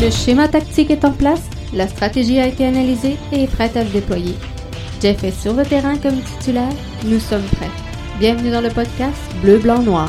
Le schéma tactique est en place, la stratégie a été analysée et est prête à se déployer. Jeff est sur le terrain comme titulaire, nous sommes prêts. Bienvenue dans le podcast Bleu, Blanc, Noir.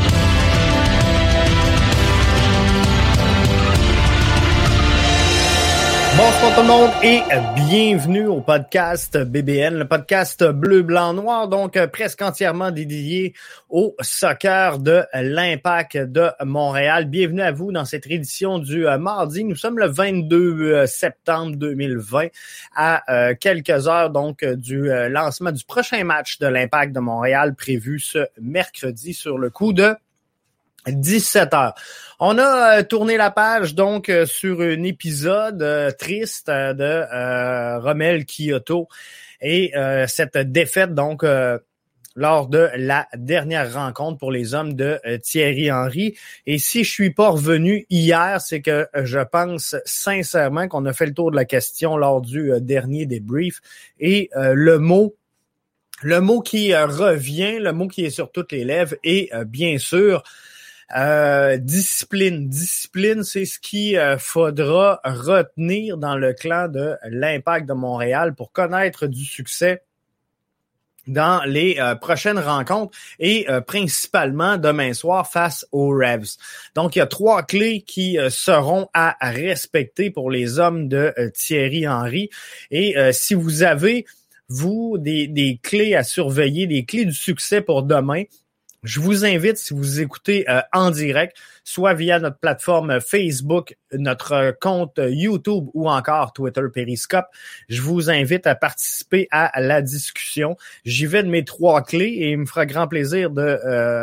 Bonsoir tout le monde et bienvenue au podcast BBN, le podcast Bleu, Blanc, Noir, donc presque entièrement dédié au soccer de l'Impact de Montréal. Bienvenue à vous dans cette édition du mardi. Nous sommes le 22 septembre 2020 à quelques heures donc du lancement du prochain match de l'Impact de Montréal prévu ce mercredi sur le coup de 17h. On a tourné la page donc sur un épisode triste de Romell Quioto et cette défaite donc lors de la dernière rencontre pour les hommes de Thierry Henry. Et si je suis pas revenu hier, c'est que je pense sincèrement qu'on a fait le tour de la question lors du dernier débrief et le mot qui revient, le mot qui est sur toutes les lèvres est bien sûr discipline. Discipline, c'est ce qu'il faudra retenir dans le clan de l'Impact de Montréal pour connaître du succès dans les prochaines rencontres et principalement demain soir face aux Revs. Donc, il y a 3 clés qui seront à respecter pour les hommes de Thierry Henry. Et si vous avez, vous, des clés à surveiller, des clés du succès pour demain, je vous invite, si vous écoutez en direct, soit via notre plateforme Facebook, notre compte YouTube ou encore Twitter Periscope, je vous invite à participer à la discussion. J'y vais de mes 3 clés et il me fera grand plaisir de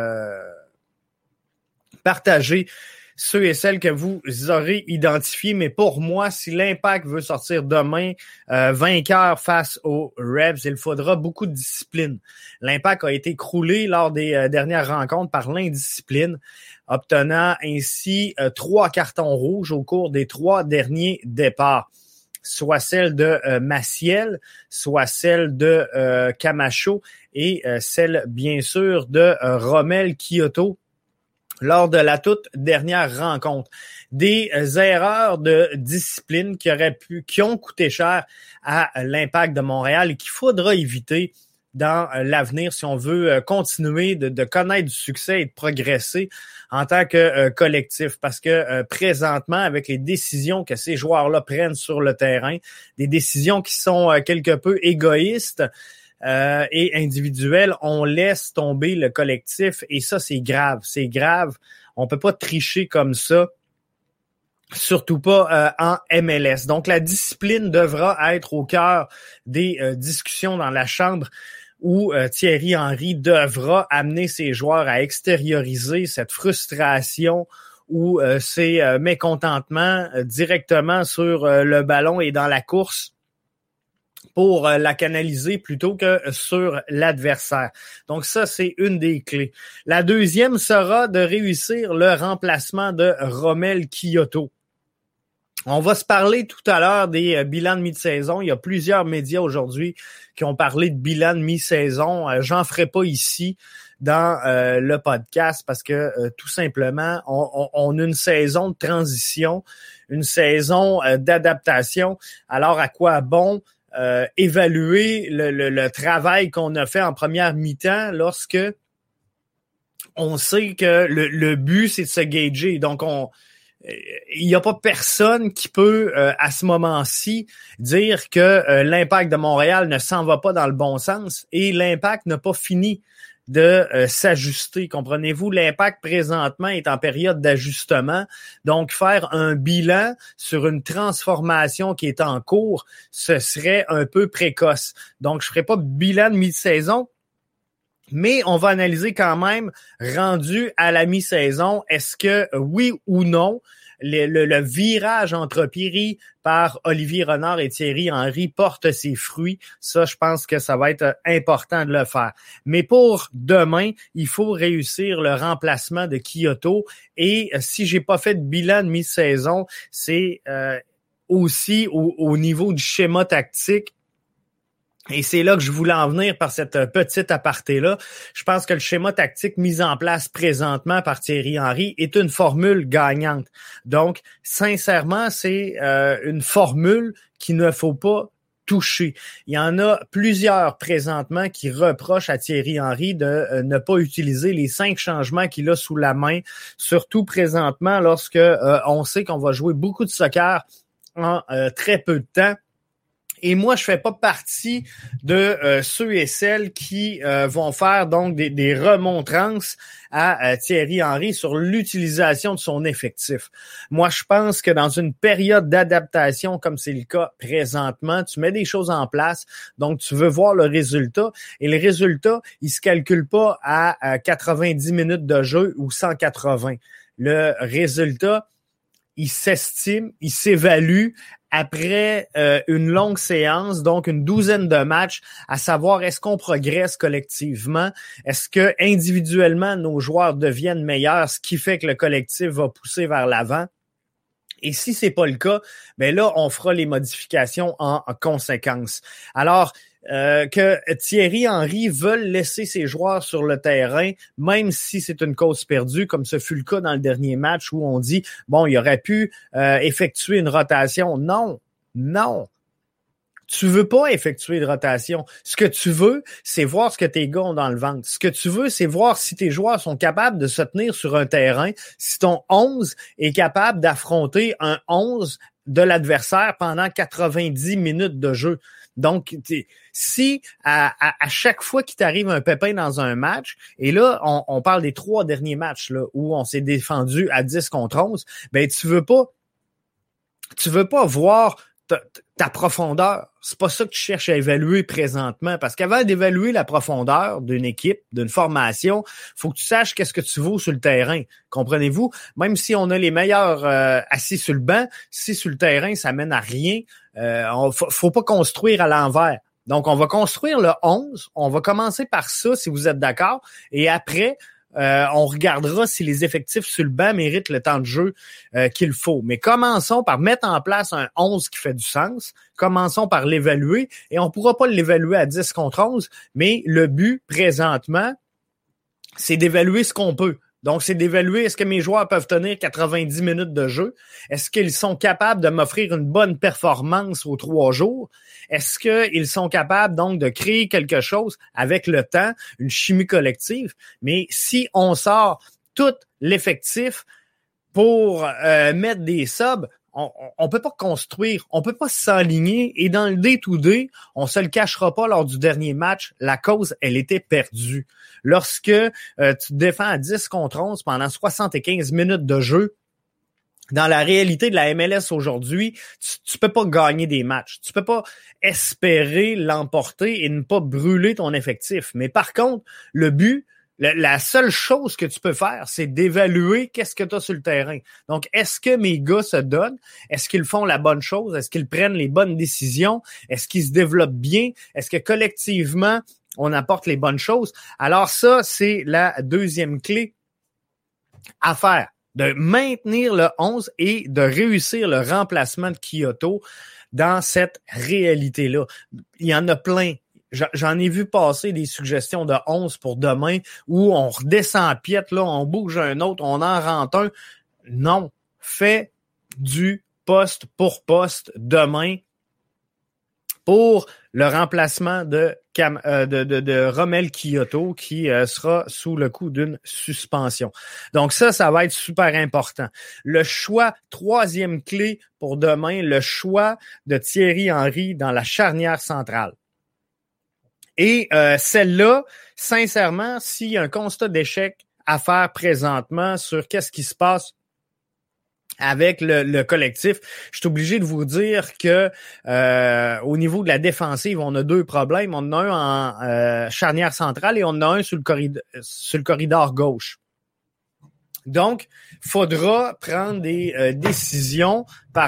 partager ceux et celles que vous aurez identifiés. Mais pour moi, si l'Impact veut sortir demain vainqueur face aux Revs, il faudra beaucoup de discipline. L'Impact a été croulé lors des dernières rencontres par l'indiscipline, obtenant ainsi 3 cartons rouges au cours des 3 derniers départs. Soit celle de Maciel, soit celle de Camacho et celle, bien sûr, de Romell Quioto lors de la toute dernière rencontre. Des erreurs de discipline qui ont coûté cher à l'Impact de Montréal et qu'il faudra éviter dans l'avenir si on veut continuer de connaître du succès et de progresser en tant que collectif. Parce que présentement, avec les décisions que ces joueurs-là prennent sur le terrain, des décisions qui sont quelque peu égoïstes, et individuel, on laisse tomber le collectif et ça, c'est grave. C'est grave. On peut pas tricher comme ça, surtout pas en MLS. Donc, la discipline devra être au cœur des discussions dans la chambre où Thierry Henry devra amener ses joueurs à extérioriser cette frustration ou ces mécontentements directement sur le ballon et dans la course, pour la canaliser plutôt que sur l'adversaire. Donc ça, c'est une des clés. La deuxième sera de réussir le remplacement de Romell Quioto. On va se parler tout à l'heure des bilans de mi-saison. Il y a plusieurs médias aujourd'hui qui ont parlé de bilan de mi-saison. J'en ferai pas ici dans le podcast parce que tout simplement, on a une saison de transition, une saison d'adaptation. Alors à quoi bon évaluer le travail qu'on a fait en première mi-temps lorsque on sait que le but, c'est de se gager. Donc, il n'y a pas personne qui peut, à ce moment-ci, dire que l'Impact de Montréal ne s'en va pas dans le bon sens et l'Impact n'a pas fini de s'ajuster. Comprenez-vous, l'Impact présentement est en période d'ajustement. Donc, faire un bilan sur une transformation qui est en cours, ce serait un peu précoce. Donc, je ferai pas de bilan de mi-saison, mais on va analyser quand même, rendu à la mi-saison, est-ce que oui ou non, le virage entrepris par Olivier Renard et Thierry Henry porte ses fruits. Ça, je pense que ça va être important de le faire. Mais pour demain, il faut réussir le remplacement de Quioto. Et si j'ai pas fait de bilan de mi-saison, c'est aussi au niveau du schéma tactique. Et c'est là que je voulais en venir par cette petite aparté-là. Je pense que le schéma tactique mis en place présentement par Thierry Henry est une formule gagnante. Donc, sincèrement, c'est une formule qu'il ne faut pas toucher. Il y en a plusieurs présentement qui reprochent à Thierry Henry de ne pas utiliser les 5 changements qu'il a sous la main, surtout présentement lorsque on sait qu'on va jouer beaucoup de soccer en très peu de temps. Et moi, je fais pas partie de ceux et celles qui vont faire donc des remontrances à Thierry Henry sur l'utilisation de son effectif. Moi, je pense que dans une période d'adaptation, comme c'est le cas présentement, tu mets des choses en place, donc tu veux voir le résultat. Et le résultat, il se calcule pas à 90 minutes de jeu ou 180. Le résultat, il s'estime, il s'évalue après une longue séance, donc une douzaine de matchs, à savoir est-ce qu'on progresse collectivement, est-ce que individuellement nos joueurs deviennent meilleurs, ce qui fait que le collectif va pousser vers l'avant. Et si c'est pas le cas, ben là on fera les modifications en conséquence. Alors que Thierry Henry veuille laisser ses joueurs sur le terrain, même si c'est une cause perdue, comme ce fut le cas dans le dernier match où on dit, bon, il aurait pu effectuer une rotation. Non. Tu veux pas effectuer de rotation. Ce que tu veux, c'est voir ce que tes gars ont dans le ventre. Ce que tu veux, c'est voir si tes joueurs sont capables de se tenir sur un terrain, si ton 11 est capable d'affronter un 11 de l'adversaire pendant 90 minutes de jeu. Donc, si à chaque fois qu'il t'arrive un pépin dans un match, et là, on parle des 3 derniers matchs là où on s'est défendu à 10 contre 11, ben tu veux pas voir ta profondeur. C'est pas ça que tu cherches à évaluer présentement, parce qu'avant d'évaluer la profondeur d'une équipe, d'une formation, faut que tu saches qu'est-ce que tu vaux sur le terrain. Comprenez-vous? Même si on a les meilleurs assis sur le banc, si sur le terrain ça mène à rien, faut pas construire à l'envers. Donc, on va construire le 11. On va commencer par ça, si vous êtes d'accord. Et après, on regardera si les effectifs sur le banc méritent le temps de jeu qu'il faut. Mais commençons par mettre en place un 11 qui fait du sens. Commençons par l'évaluer. Et on pourra pas l'évaluer à 10 contre 11, mais le but, présentement, c'est d'évaluer ce qu'on peut. Donc, c'est d'évaluer est-ce que mes joueurs peuvent tenir 90 minutes de jeu? Est-ce qu'ils sont capables de m'offrir une bonne performance aux 3 jours? Est-ce qu'ils sont capables donc de créer quelque chose avec le temps, une chimie collective? Mais si on sort tout l'effectif pour mettre des subs, on peut pas construire, on peut pas s'aligner, et dans le day-to-day, on se le cachera pas lors du dernier match, la cause, elle était perdue. Lorsque tu te défends à 10 contre 11 pendant 75 minutes de jeu, dans la réalité de la MLS aujourd'hui, tu peux pas gagner des matchs. Tu peux pas espérer l'emporter et ne pas brûler ton effectif. Mais par contre, le but, la seule chose que tu peux faire, c'est d'évaluer qu'est-ce que tu as sur le terrain. Donc, est-ce que mes gars se donnent? Est-ce qu'ils font la bonne chose? Est-ce qu'ils prennent les bonnes décisions? Est-ce qu'ils se développent bien? Est-ce que collectivement, on apporte les bonnes choses? Alors ça, c'est la deuxième clé à faire, de maintenir le 11 et de réussir le remplacement de Quioto dans cette réalité-là. Il y en a plein. J'en ai vu passer des suggestions de 11 pour demain où on redescend à piètre, là, on bouge un autre, on en rentre un. Non, fais du poste pour poste demain pour le remplacement de Romell Quioto qui sera sous le coup d'une suspension. Donc ça va être super important. Le choix, 3e clé pour demain, le choix de Thierry Henry dans la charnière centrale. Et celle-là, sincèrement, s'il y a un constat d'échec à faire présentement sur qu'est-ce qui se passe avec le collectif, je suis obligé de vous dire que au niveau de la défensive, on a 2 problèmes. On en a un en charnière centrale et on en a un sur le corridor gauche. Donc, faudra prendre des décisions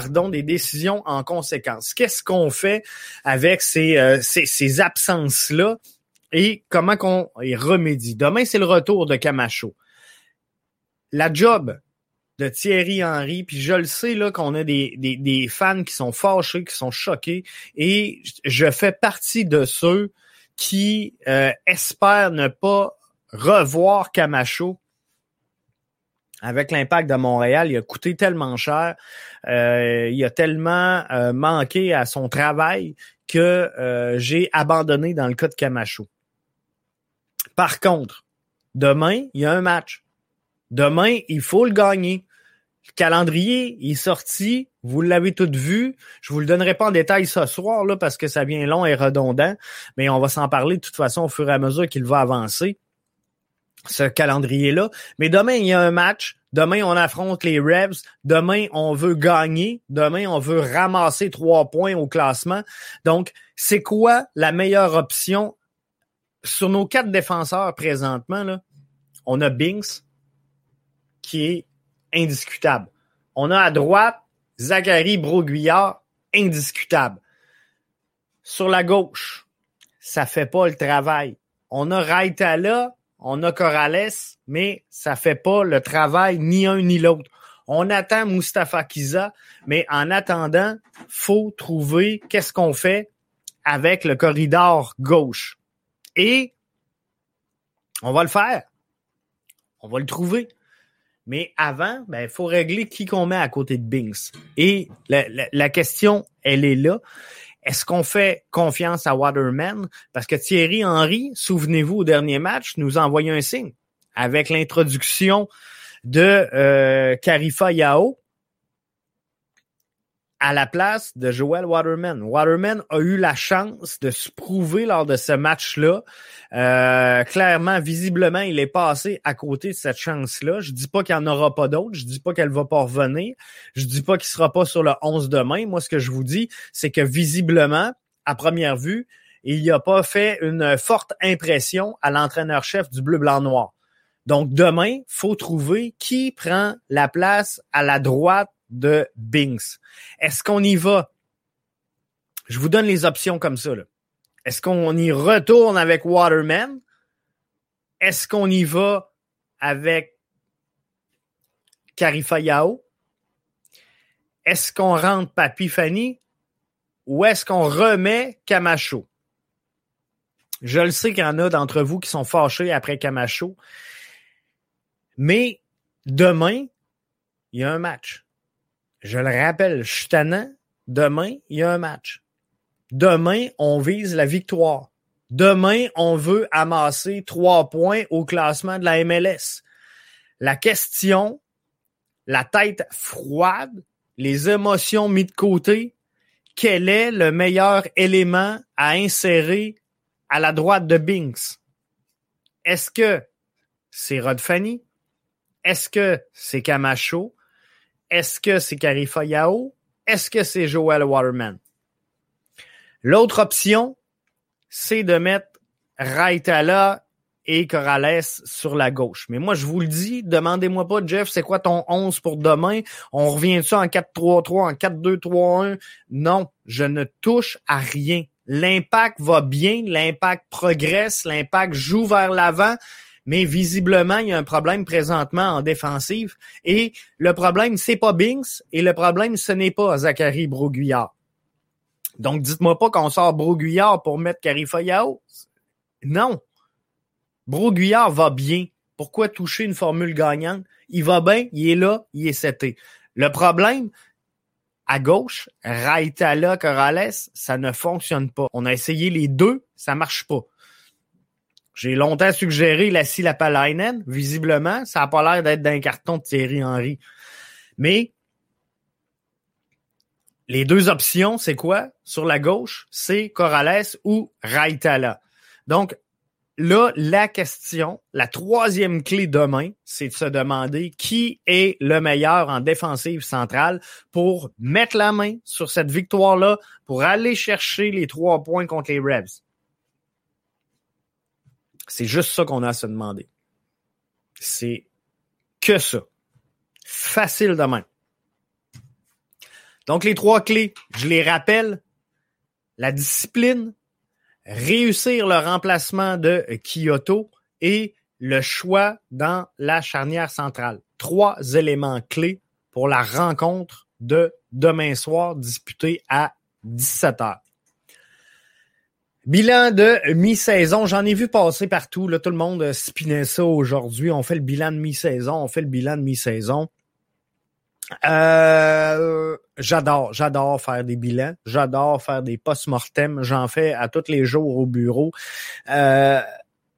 en conséquence. Qu'est-ce qu'on fait avec ces absences-là et comment qu'on y remédie? Demain, c'est le retour de Camacho. La job de Thierry Henry, puis je le sais là qu'on a des fans qui sont fâchés, qui sont choqués, et je fais partie de ceux qui espèrent ne pas revoir Camacho. Avec l'Impact de Montréal, il a coûté tellement cher, il a tellement manqué à son travail que j'ai abandonné dans le cas de Camacho. Par contre, demain, il y a un match. Demain, il faut le gagner. Le calendrier est sorti, vous l'avez tout vu. Je vous le donnerai pas en détail ce soir là parce que ça devient long et redondant, mais on va s'en parler de toute façon au fur et à mesure qu'il va avancer. Ce calendrier-là. Mais demain, il y a un match. Demain, on affronte les Revs. Demain, on veut gagner. Demain, on veut ramasser 3 points au classement. Donc, c'est quoi la meilleure option? Sur nos 4 défenseurs présentement, là, on a Binks, qui est indiscutable. On a à droite Zachary Broguillard, indiscutable. Sur la gauche, ça fait pas le travail. On a Raitala, on a Corrales, mais ça fait pas le travail ni un ni l'autre. On attend Mustafa Kiza, mais en attendant, faut trouver qu'est-ce qu'on fait avec le corridor gauche. Et on va le faire. On va le trouver. Mais avant, il faut régler qui qu'on met à côté de Binks. Et la question, elle est là. Est-ce qu'on fait confiance à Waterman? Parce que Thierry Henry, souvenez-vous, au dernier match, nous a envoyé un signe avec l'introduction de Karifa Yao à la place de Joel Waterman. Waterman a eu la chance de se prouver lors de ce match-là. Clairement, visiblement, il est passé à côté de cette chance-là. Je dis pas qu'il n'y en aura pas d'autres. Je dis pas qu'elle va pas revenir. Je dis pas qu'il sera pas sur le 11 demain. Moi, ce que je vous dis, c'est que visiblement, à première vue, il n'a pas fait une forte impression à l'entraîneur-chef du Bleu-Blanc-Noir. Donc, demain, faut trouver qui prend la place à la droite de Binks. Est-ce qu'on y va? Je vous donne les options comme ça, là. Est-ce qu'on y retourne avec Waterman? Est-ce qu'on y va avec Karifa Yao? Est-ce qu'on rentre Papi Fanny? Ou est-ce qu'on remet Camacho? Je le sais qu'il y en a d'entre vous qui sont fâchés après Camacho. Mais demain, il y a un match. Je le rappelle, je suis tannant. Demain, il y a un match. Demain, on vise la victoire. Demain, on veut amasser 3 points au classement de la MLS. La question, la tête froide, les émotions mises de côté, quel est le meilleur élément à insérer à la droite de Binks? Est-ce que c'est Rod Fanny? Est-ce que c'est Camacho? Est-ce que c'est Karifa Yao? Est-ce que c'est Joel Waterman? L'autre option, c'est de mettre Raitala et Corrales sur la gauche. Mais moi, je vous le dis, demandez-moi pas, Jeff, c'est quoi ton 11 pour demain? On revient-tu en 4-3-3, en 4-2-3-1? Non, je ne touche à rien. L'Impact va bien, l'Impact progresse, l'Impact joue vers l'avant, mais visiblement, il y a un problème présentement en défensive. Et le problème, c'est pas Binks, et le problème, ce n'est pas Zachary Broguillard. Donc, dites-moi pas qu'on sort Broguillard pour mettre Karifa Yao. Non. Broguillard va bien. Pourquoi toucher une formule gagnante? Il va bien, il est là, il est seté. Le problème, à gauche, Raitala, Corrales, ça ne fonctionne pas. On a essayé les deux, ça marche pas. J'ai longtemps suggéré Lassi Lapalainen. Visiblement, ça n'a pas l'air d'être d'un carton de Thierry Henry. Mais les deux options, c'est quoi? Sur la gauche, c'est Corrales ou Raitala. Donc, là, la question, la troisième clé demain, c'est de se demander qui est le meilleur en défensive centrale pour mettre la main sur cette victoire-là, pour aller chercher les 3 points contre les Revs. C'est juste ça qu'on a à se demander. C'est que ça. Facile de même. Donc, les 3 clés, je les rappelle. La discipline, réussir le remplacement de Kyoto et le choix dans la charnière centrale. 3 éléments clés pour la rencontre de demain soir disputée à 17h. Bilan de mi-saison, j'en ai vu passer partout. Là, tout le monde spinait ça aujourd'hui. On fait le bilan de mi-saison, J'adore faire des bilans. J'adore faire des post-mortem. J'en fais à tous les jours au bureau. Par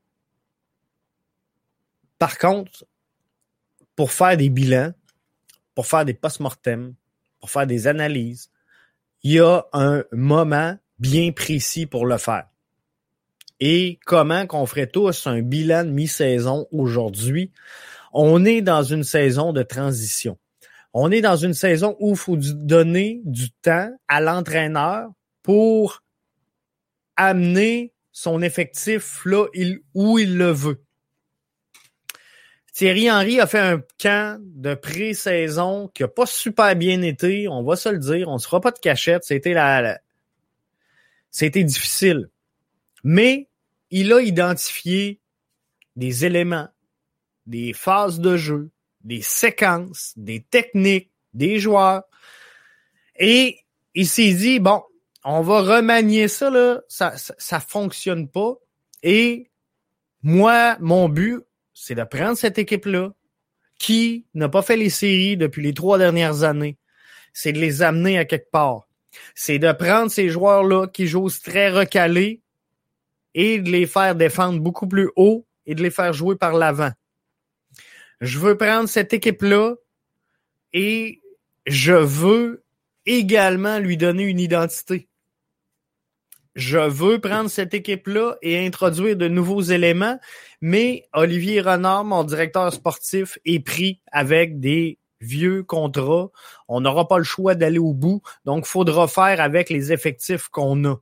contre, pour faire des bilans, pour faire des post-mortem, pour faire des analyses, il y a un moment bien précis pour le faire. Et comment qu'on ferait tous un bilan de mi-saison aujourd'hui? On est dans une saison de transition. On est dans une saison où il faut donner du temps à l'entraîneur pour amener son effectif là où il le veut. Thierry Henry a fait un camp de pré-saison qui n'a pas super bien été, on va se le dire, on ne se fera pas de cachette, c'était difficile. Mais il a identifié des éléments, des phases de jeu, des séquences, des techniques, des joueurs. Et il s'est dit, bon, on va remanier ça, là, ça fonctionne pas. Et moi, mon but, c'est de prendre cette équipe-là, qui n'a pas fait les séries depuis les 3 dernières années. C'est de les amener à quelque part. C'est de prendre ces joueurs-là qui jouent très recalés et de les faire défendre beaucoup plus haut et de les faire jouer par l'avant. Je veux prendre cette équipe-là et je veux également lui donner une identité. Je veux prendre cette équipe-là et introduire de nouveaux éléments, mais Olivier Renard, mon directeur sportif, est pris avec des vieux contrats. On n'aura pas le choix d'aller au bout, donc il faudra faire avec les effectifs qu'on a.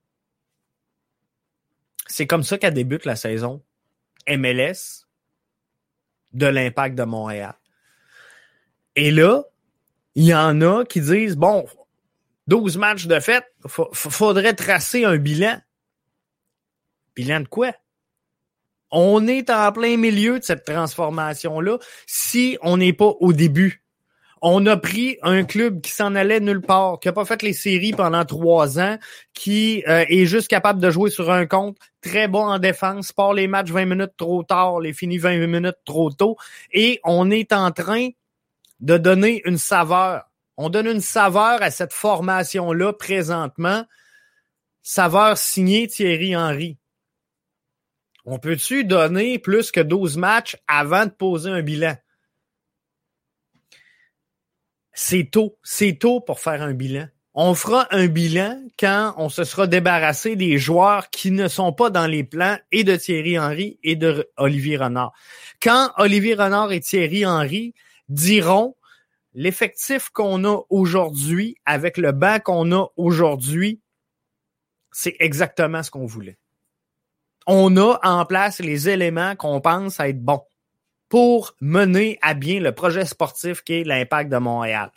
C'est comme ça qu'elle débute la saison MLS de l'Impact de Montréal. Et là, il y en a qui disent, bon, 12 matchs de fête, faudrait tracer un bilan. Bilan de quoi? On est en plein milieu de cette transformation-là si on n'est pas au début. On a pris un club qui s'en allait nulle part, qui n'a pas fait les séries pendant 3 ans, qui est juste capable de jouer sur un compte, très bon en défense, part les matchs 20 minutes trop tard, les finit 20 minutes trop tôt, et on est en train de donner une saveur. On donne une saveur à cette formation-là présentement, saveur signée Thierry Henry. On peut-tu donner plus que 12 matchs avant de poser un bilan? C'est tôt pour faire un bilan. On fera un bilan quand on se sera débarrassé des joueurs qui ne sont pas dans les plans et de Thierry Henry et de Olivier Renard. Quand Olivier Renard et Thierry Henry diront l'effectif qu'on a aujourd'hui, avec le banc qu'on a aujourd'hui, c'est exactement ce qu'on voulait. On a en place les éléments qu'on pense être bons pour mener à bien le projet sportif qui est l'Impact de Montréal.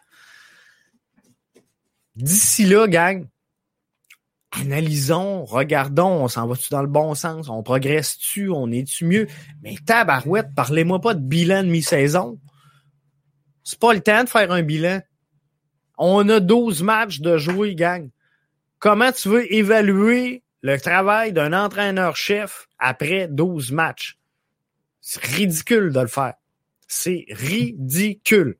D'ici là, gang, analysons, regardons, on s'en va-tu dans le bon sens, on progresse-tu, on est-tu mieux? Mais tabarouette, parlez-moi pas de bilan de mi-saison. C'est pas le temps de faire un bilan. On a 12 matchs de jouer, gang. Comment tu veux évaluer le travail d'un entraîneur-chef après 12 matchs? C'est ridicule de le faire. C'est ridicule.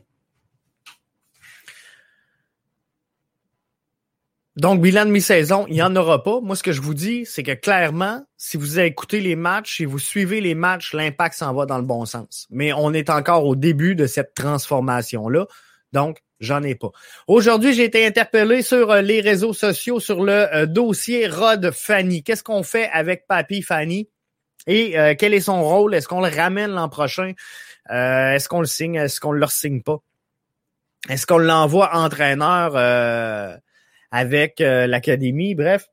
Donc, bilan de mi-saison, il n'y en aura pas. Moi, ce que je vous dis, c'est que clairement, si vous écoutez les matchs, si vous suivez les matchs, l'Impact s'en va dans le bon sens. Mais on est encore au début de cette transformation-là. Donc, j'en ai pas. Aujourd'hui, j'ai été interpellé sur les réseaux sociaux sur le dossier Rod Fanny. Qu'est-ce qu'on fait avec Papy Fanny? Et quel est son rôle? Est-ce qu'on le ramène l'an prochain? Est-ce qu'on le signe? Est-ce qu'on ne le signe pas? Est-ce qu'on l'envoie entraîneur avec l'académie? Bref,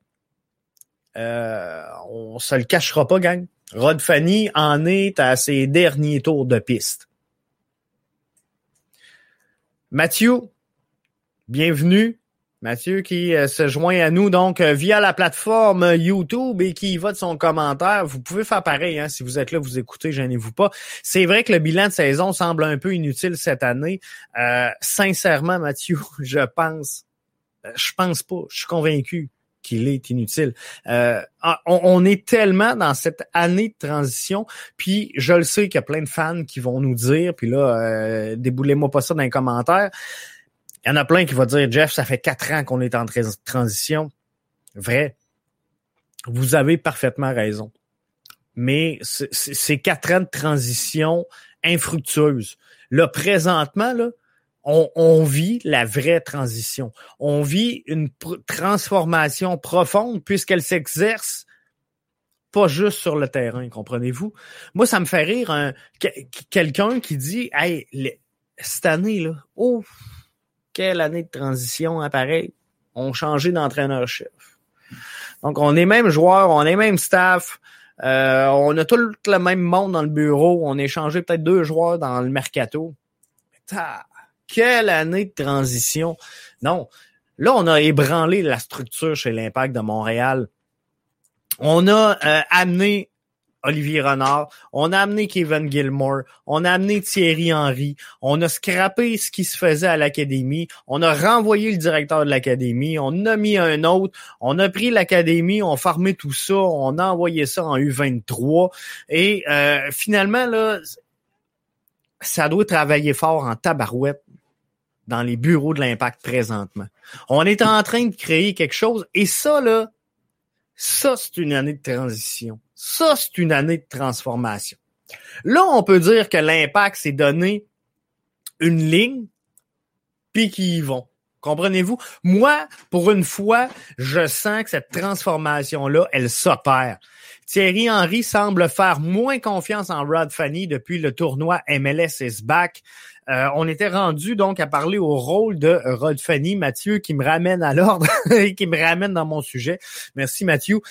on se le cachera pas, gang. Rod Fanny en est à ses derniers tours de piste. Mathieu, bienvenue. Mathieu qui se joint à nous donc via la plateforme YouTube et qui y va de son commentaire. Vous pouvez faire pareil, hein, si vous êtes là, vous écoutez, gênez-vous pas. C'est vrai que le bilan de saison semble un peu inutile cette année. Sincèrement, Mathieu, je pense pas, je suis convaincu qu'il est inutile. On est tellement dans cette année de transition, puis je le sais qu'il y a plein de fans qui vont nous dire, puis là, déboulez-moi pas ça dans les commentaires. Il y en a plein qui vont dire, Jeff, ça fait 4 ans qu'on est en transition. Vrai. Vous avez parfaitement raison. Mais c'est 4 ans de transition infructueuse. Là, présentement, là, on vit la vraie transition. On vit une transformation profonde puisqu'elle s'exerce pas juste sur le terrain, comprenez-vous? Moi, ça me fait rire quelqu'un qui dit, hey, cette année, là, quelle année de transition, hein, pareil. On changé d'entraîneur-chef. Donc, on est même joueur, on est même staff. On a tout le même monde dans le bureau. On a échangé peut-être 2 joueurs dans le mercato. Quelle année de transition. Non. Là, on a ébranlé la structure chez l'Impact de Montréal. On a amené Olivier Renard, on a amené Kevin Gilmore, on a amené Thierry Henry, on a scrappé ce qui se faisait à l'académie, on a renvoyé le directeur de l'académie, on a mis un autre, on a pris l'académie, on a formé tout ça, on a envoyé ça en U23 et finalement, là, ça doit travailler fort en tabarouette dans les bureaux de l'Impact présentement. On est en train de créer quelque chose et ça, là, ça, c'est une année de transition. Ça, c'est une année de transformation. Là, on peut dire que l'Impact s'est donné une ligne, puis qu'ils y vont. Comprenez-vous? Moi, pour une fois, je sens que cette transformation-là, elle s'opère. Thierry Henry semble faire moins confiance en Rod Fanny depuis le tournoi MLS is back. On était rendu donc à parler au rôle de Rod Fanny. Mathieu qui me ramène à l'ordre et qui me ramène dans mon sujet. Merci Mathieu.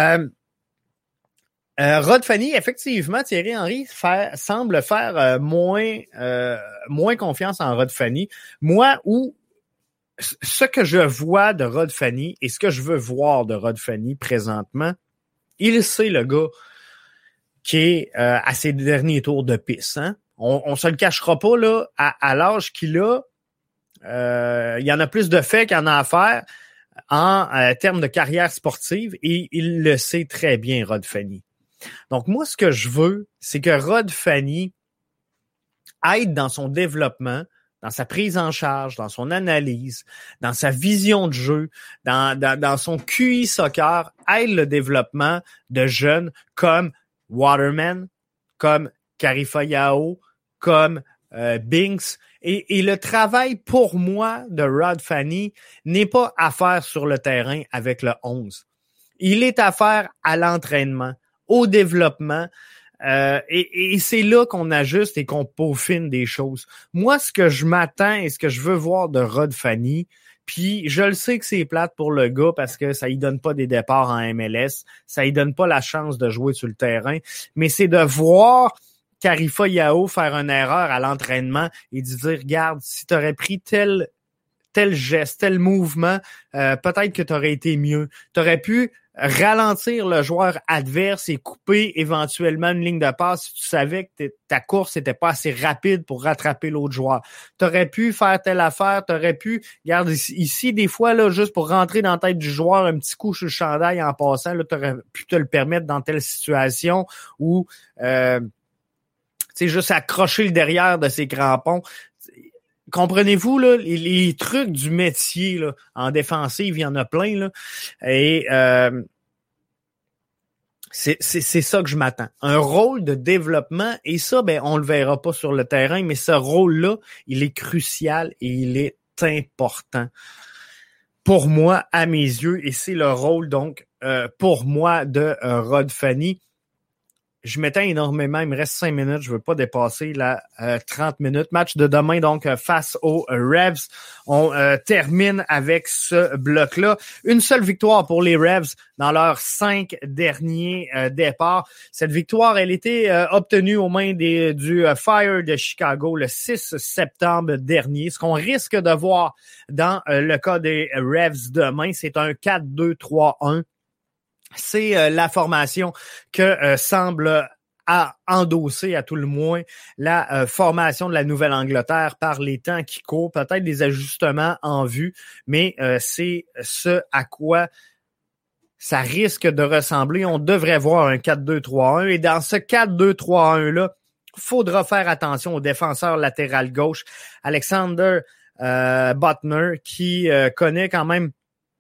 Rod Fanny, effectivement, Thierry Henry semble faire moins confiance en Rod Fanny. Moi, ce que je vois de Rod Fanny et ce que je veux voir de Rod Fanny présentement, il sait le gars qui est à ses derniers tours de piste. Hein? On se le cachera pas là, à l'âge qu'il a, il y en a plus de faits qu'il y en a à faire en termes de carrière sportive et il le sait très bien, Rod Fanny. Donc moi, ce que je veux, c'est que Rod Fanny aide dans son développement, dans sa prise en charge, dans son analyse, dans sa vision de jeu, dans son QI soccer, aide le développement de jeunes comme Waterman, comme Karifa Yao, comme Binks. Et le travail pour moi de Rod Fanny n'est pas à faire sur le terrain avec le 11. Il est à faire à l'entraînement, au développement. Et c'est là qu'on ajuste et qu'on peaufine des choses. Moi, ce que je m'attends et ce que je veux voir de Rod Fanny, puis je le sais que c'est plate pour le gars parce que ça lui donne pas des départs en MLS, ça lui donne pas la chance de jouer sur le terrain, mais c'est de voir Karifa Yao faire une erreur à l'entraînement et de dire, regarde, si tu aurais pris tel geste, tel mouvement, peut-être que tu aurais été mieux. Tu aurais pu ralentir le joueur adverse et couper éventuellement une ligne de passe si tu savais que ta course n'était pas assez rapide pour rattraper l'autre joueur. Tu aurais pu faire telle affaire, tu aurais pu, regarde ici, des fois, là, juste pour rentrer dans la tête du joueur, un petit coup sur le chandail en passant, tu aurais pu te le permettre dans telle situation où juste accrocher le derrière de ses crampons. Comprenez-vous, là, les trucs du métier là, en défensive, il y en a plein. Là, et c'est ça que je m'attends. Un rôle de développement, et ça, ben, on le verra pas sur le terrain, mais ce rôle-là, il est crucial et il est important. Pour moi, à mes yeux, et c'est le rôle, donc, pour moi, de Rod Fanny. je m'éteins énormément. Il me reste 5 minutes. Je veux pas dépasser la 30 minutes. Match de demain, donc, face aux Revs. On termine avec ce bloc-là. Une seule victoire pour les Revs dans leurs 5 derniers départs. Cette victoire, elle était obtenue aux mains du Fire de Chicago le 6 septembre dernier. Ce qu'on risque de voir dans le cas des Revs demain, c'est un 4-2-3-1. C'est la formation que semble endosser à tout le moins la formation de la Nouvelle-Angleterre par les temps qui courent, peut-être des ajustements en vue, mais c'est ce à quoi ça risque de ressembler. On devrait voir un 4-2-3-1 et dans ce 4-2-3-1-là, faudra faire attention au défenseur latéral gauche, Alexander Butner, qui connaît quand même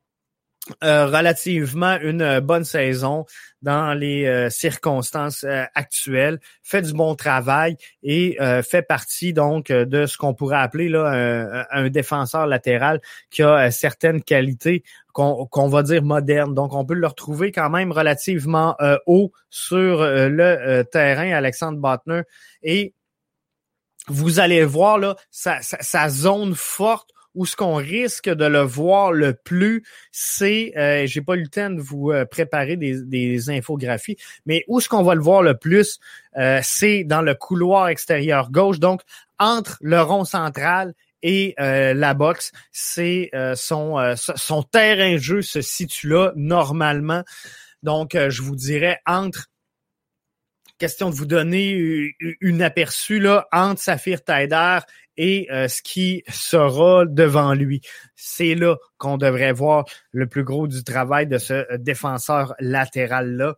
relativement une bonne saison dans les circonstances actuelles, fait du bon travail et fait partie donc de ce qu'on pourrait appeler là un défenseur latéral qui a certaines qualités qu'on va dire modernes. Donc on peut le retrouver quand même relativement haut sur le terrain, Alexander Butner, et vous allez voir là sa zone forte. Où ce qu'on risque de le voir le plus, c'est, j'ai pas eu le temps de vous préparer des infographies, mais où ce qu'on va le voir le plus, c'est dans le couloir extérieur gauche, donc entre le rond central et la boxe. C'est son terrain de jeu se situe là normalement. Donc, je vous dirais entre, question de vous donner une aperçu là, entre Saphir Taider et ce qui sera devant lui. C'est là qu'on devrait voir le plus gros du travail de ce défenseur latéral-là.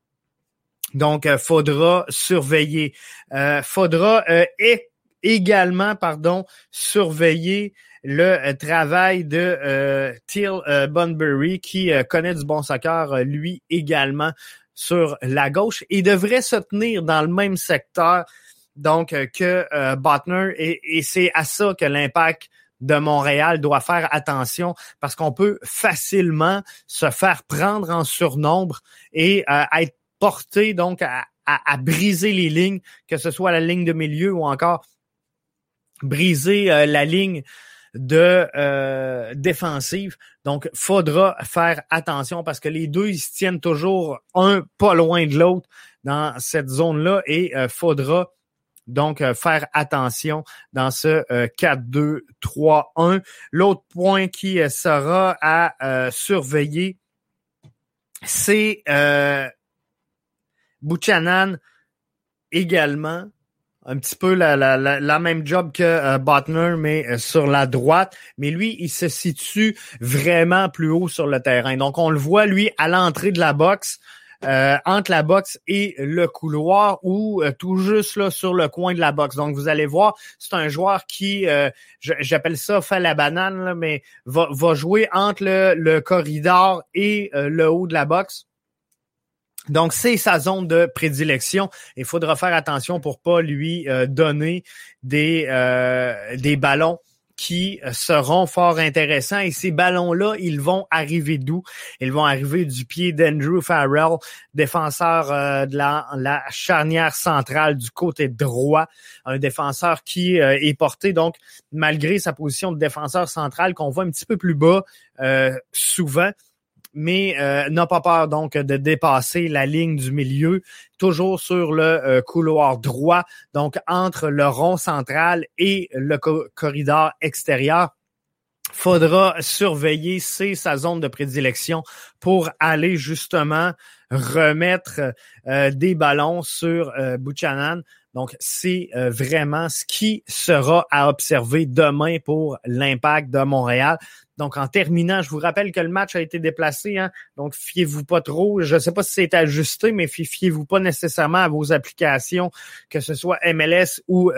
Donc, faudra surveiller. Faudra également, surveiller le travail de Teal Bunbury, qui connaît du bon soccer, lui également, sur la gauche, et devrait se tenir dans le même secteur donc que Butner, et c'est à ça que l'Impact de Montréal doit faire attention, parce qu'on peut facilement se faire prendre en surnombre et être porté donc à briser les lignes, que ce soit la ligne de milieu ou encore briser la ligne de défensive. Donc, faudra faire attention parce que les deux, ils se tiennent toujours un pas loin de l'autre dans cette zone-là, et faudra donc faire attention dans ce 4-2-3-1. L'autre point qui sera à surveiller, c'est Buchanan également. Un petit peu la même job que Butner, mais sur la droite. Mais lui, il se situe vraiment plus haut sur le terrain. Donc, on le voit, lui, à l'entrée de la boxe, entre la boxe et le couloir, ou tout juste là sur le coin de la boxe. Donc, vous allez voir, c'est un joueur qui, j'appelle ça fait la banane, là, mais va jouer entre le corridor et le haut de la boxe. Donc, c'est sa zone de prédilection. Il faudra faire attention pour pas lui donner des ballons qui seront fort intéressants. Et ces ballons-là, ils vont arriver d'où? Ils vont arriver du pied d'Andrew Farrell, défenseur de la charnière centrale du côté droit. Un défenseur qui est porté, donc, malgré sa position de défenseur central, qu'on voit un petit peu plus bas souvent, mais n'a pas peur donc de dépasser la ligne du milieu, toujours sur le couloir droit, donc entre le rond central et le corridor extérieur. Faudra surveiller, c'est sa zone de prédilection pour aller justement remettre des ballons sur Buchanan. Donc, c'est vraiment ce qui sera à observer demain pour l'Impact de Montréal. Donc, en terminant, je vous rappelle que le match a été déplacé, hein, donc fiez-vous pas trop. Je ne sais pas si c'est ajusté, mais fiez-vous pas nécessairement à vos applications, que ce soit MLS ou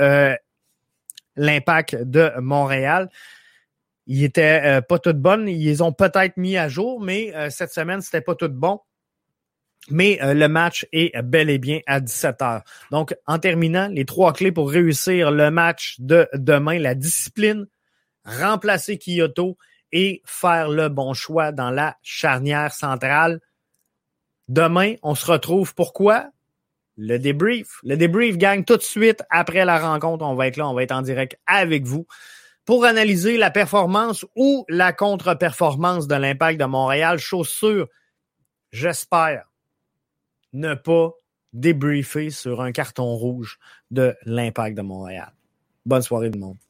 l'Impact de Montréal. Ils étaient pas toutes bonnes. Ils les ont peut-être mis à jour, mais cette semaine, c'était pas tout bon. Mais le match est bel et bien à 17h. Donc, en terminant, les 3 clés pour réussir le match de demain: la discipline, remplacer Kyoto et faire le bon choix dans la charnière centrale. Demain, on se retrouve pourquoi? le débrief. Le débrief, gang, tout de suite après la rencontre. On va être là, on va être en direct avec vous pour analyser la performance ou la contre-performance de l'Impact de Montréal. Chose sûre, j'espère ne pas débriefer sur un carton rouge de l'Impact de Montréal. Bonne soirée, tout le monde.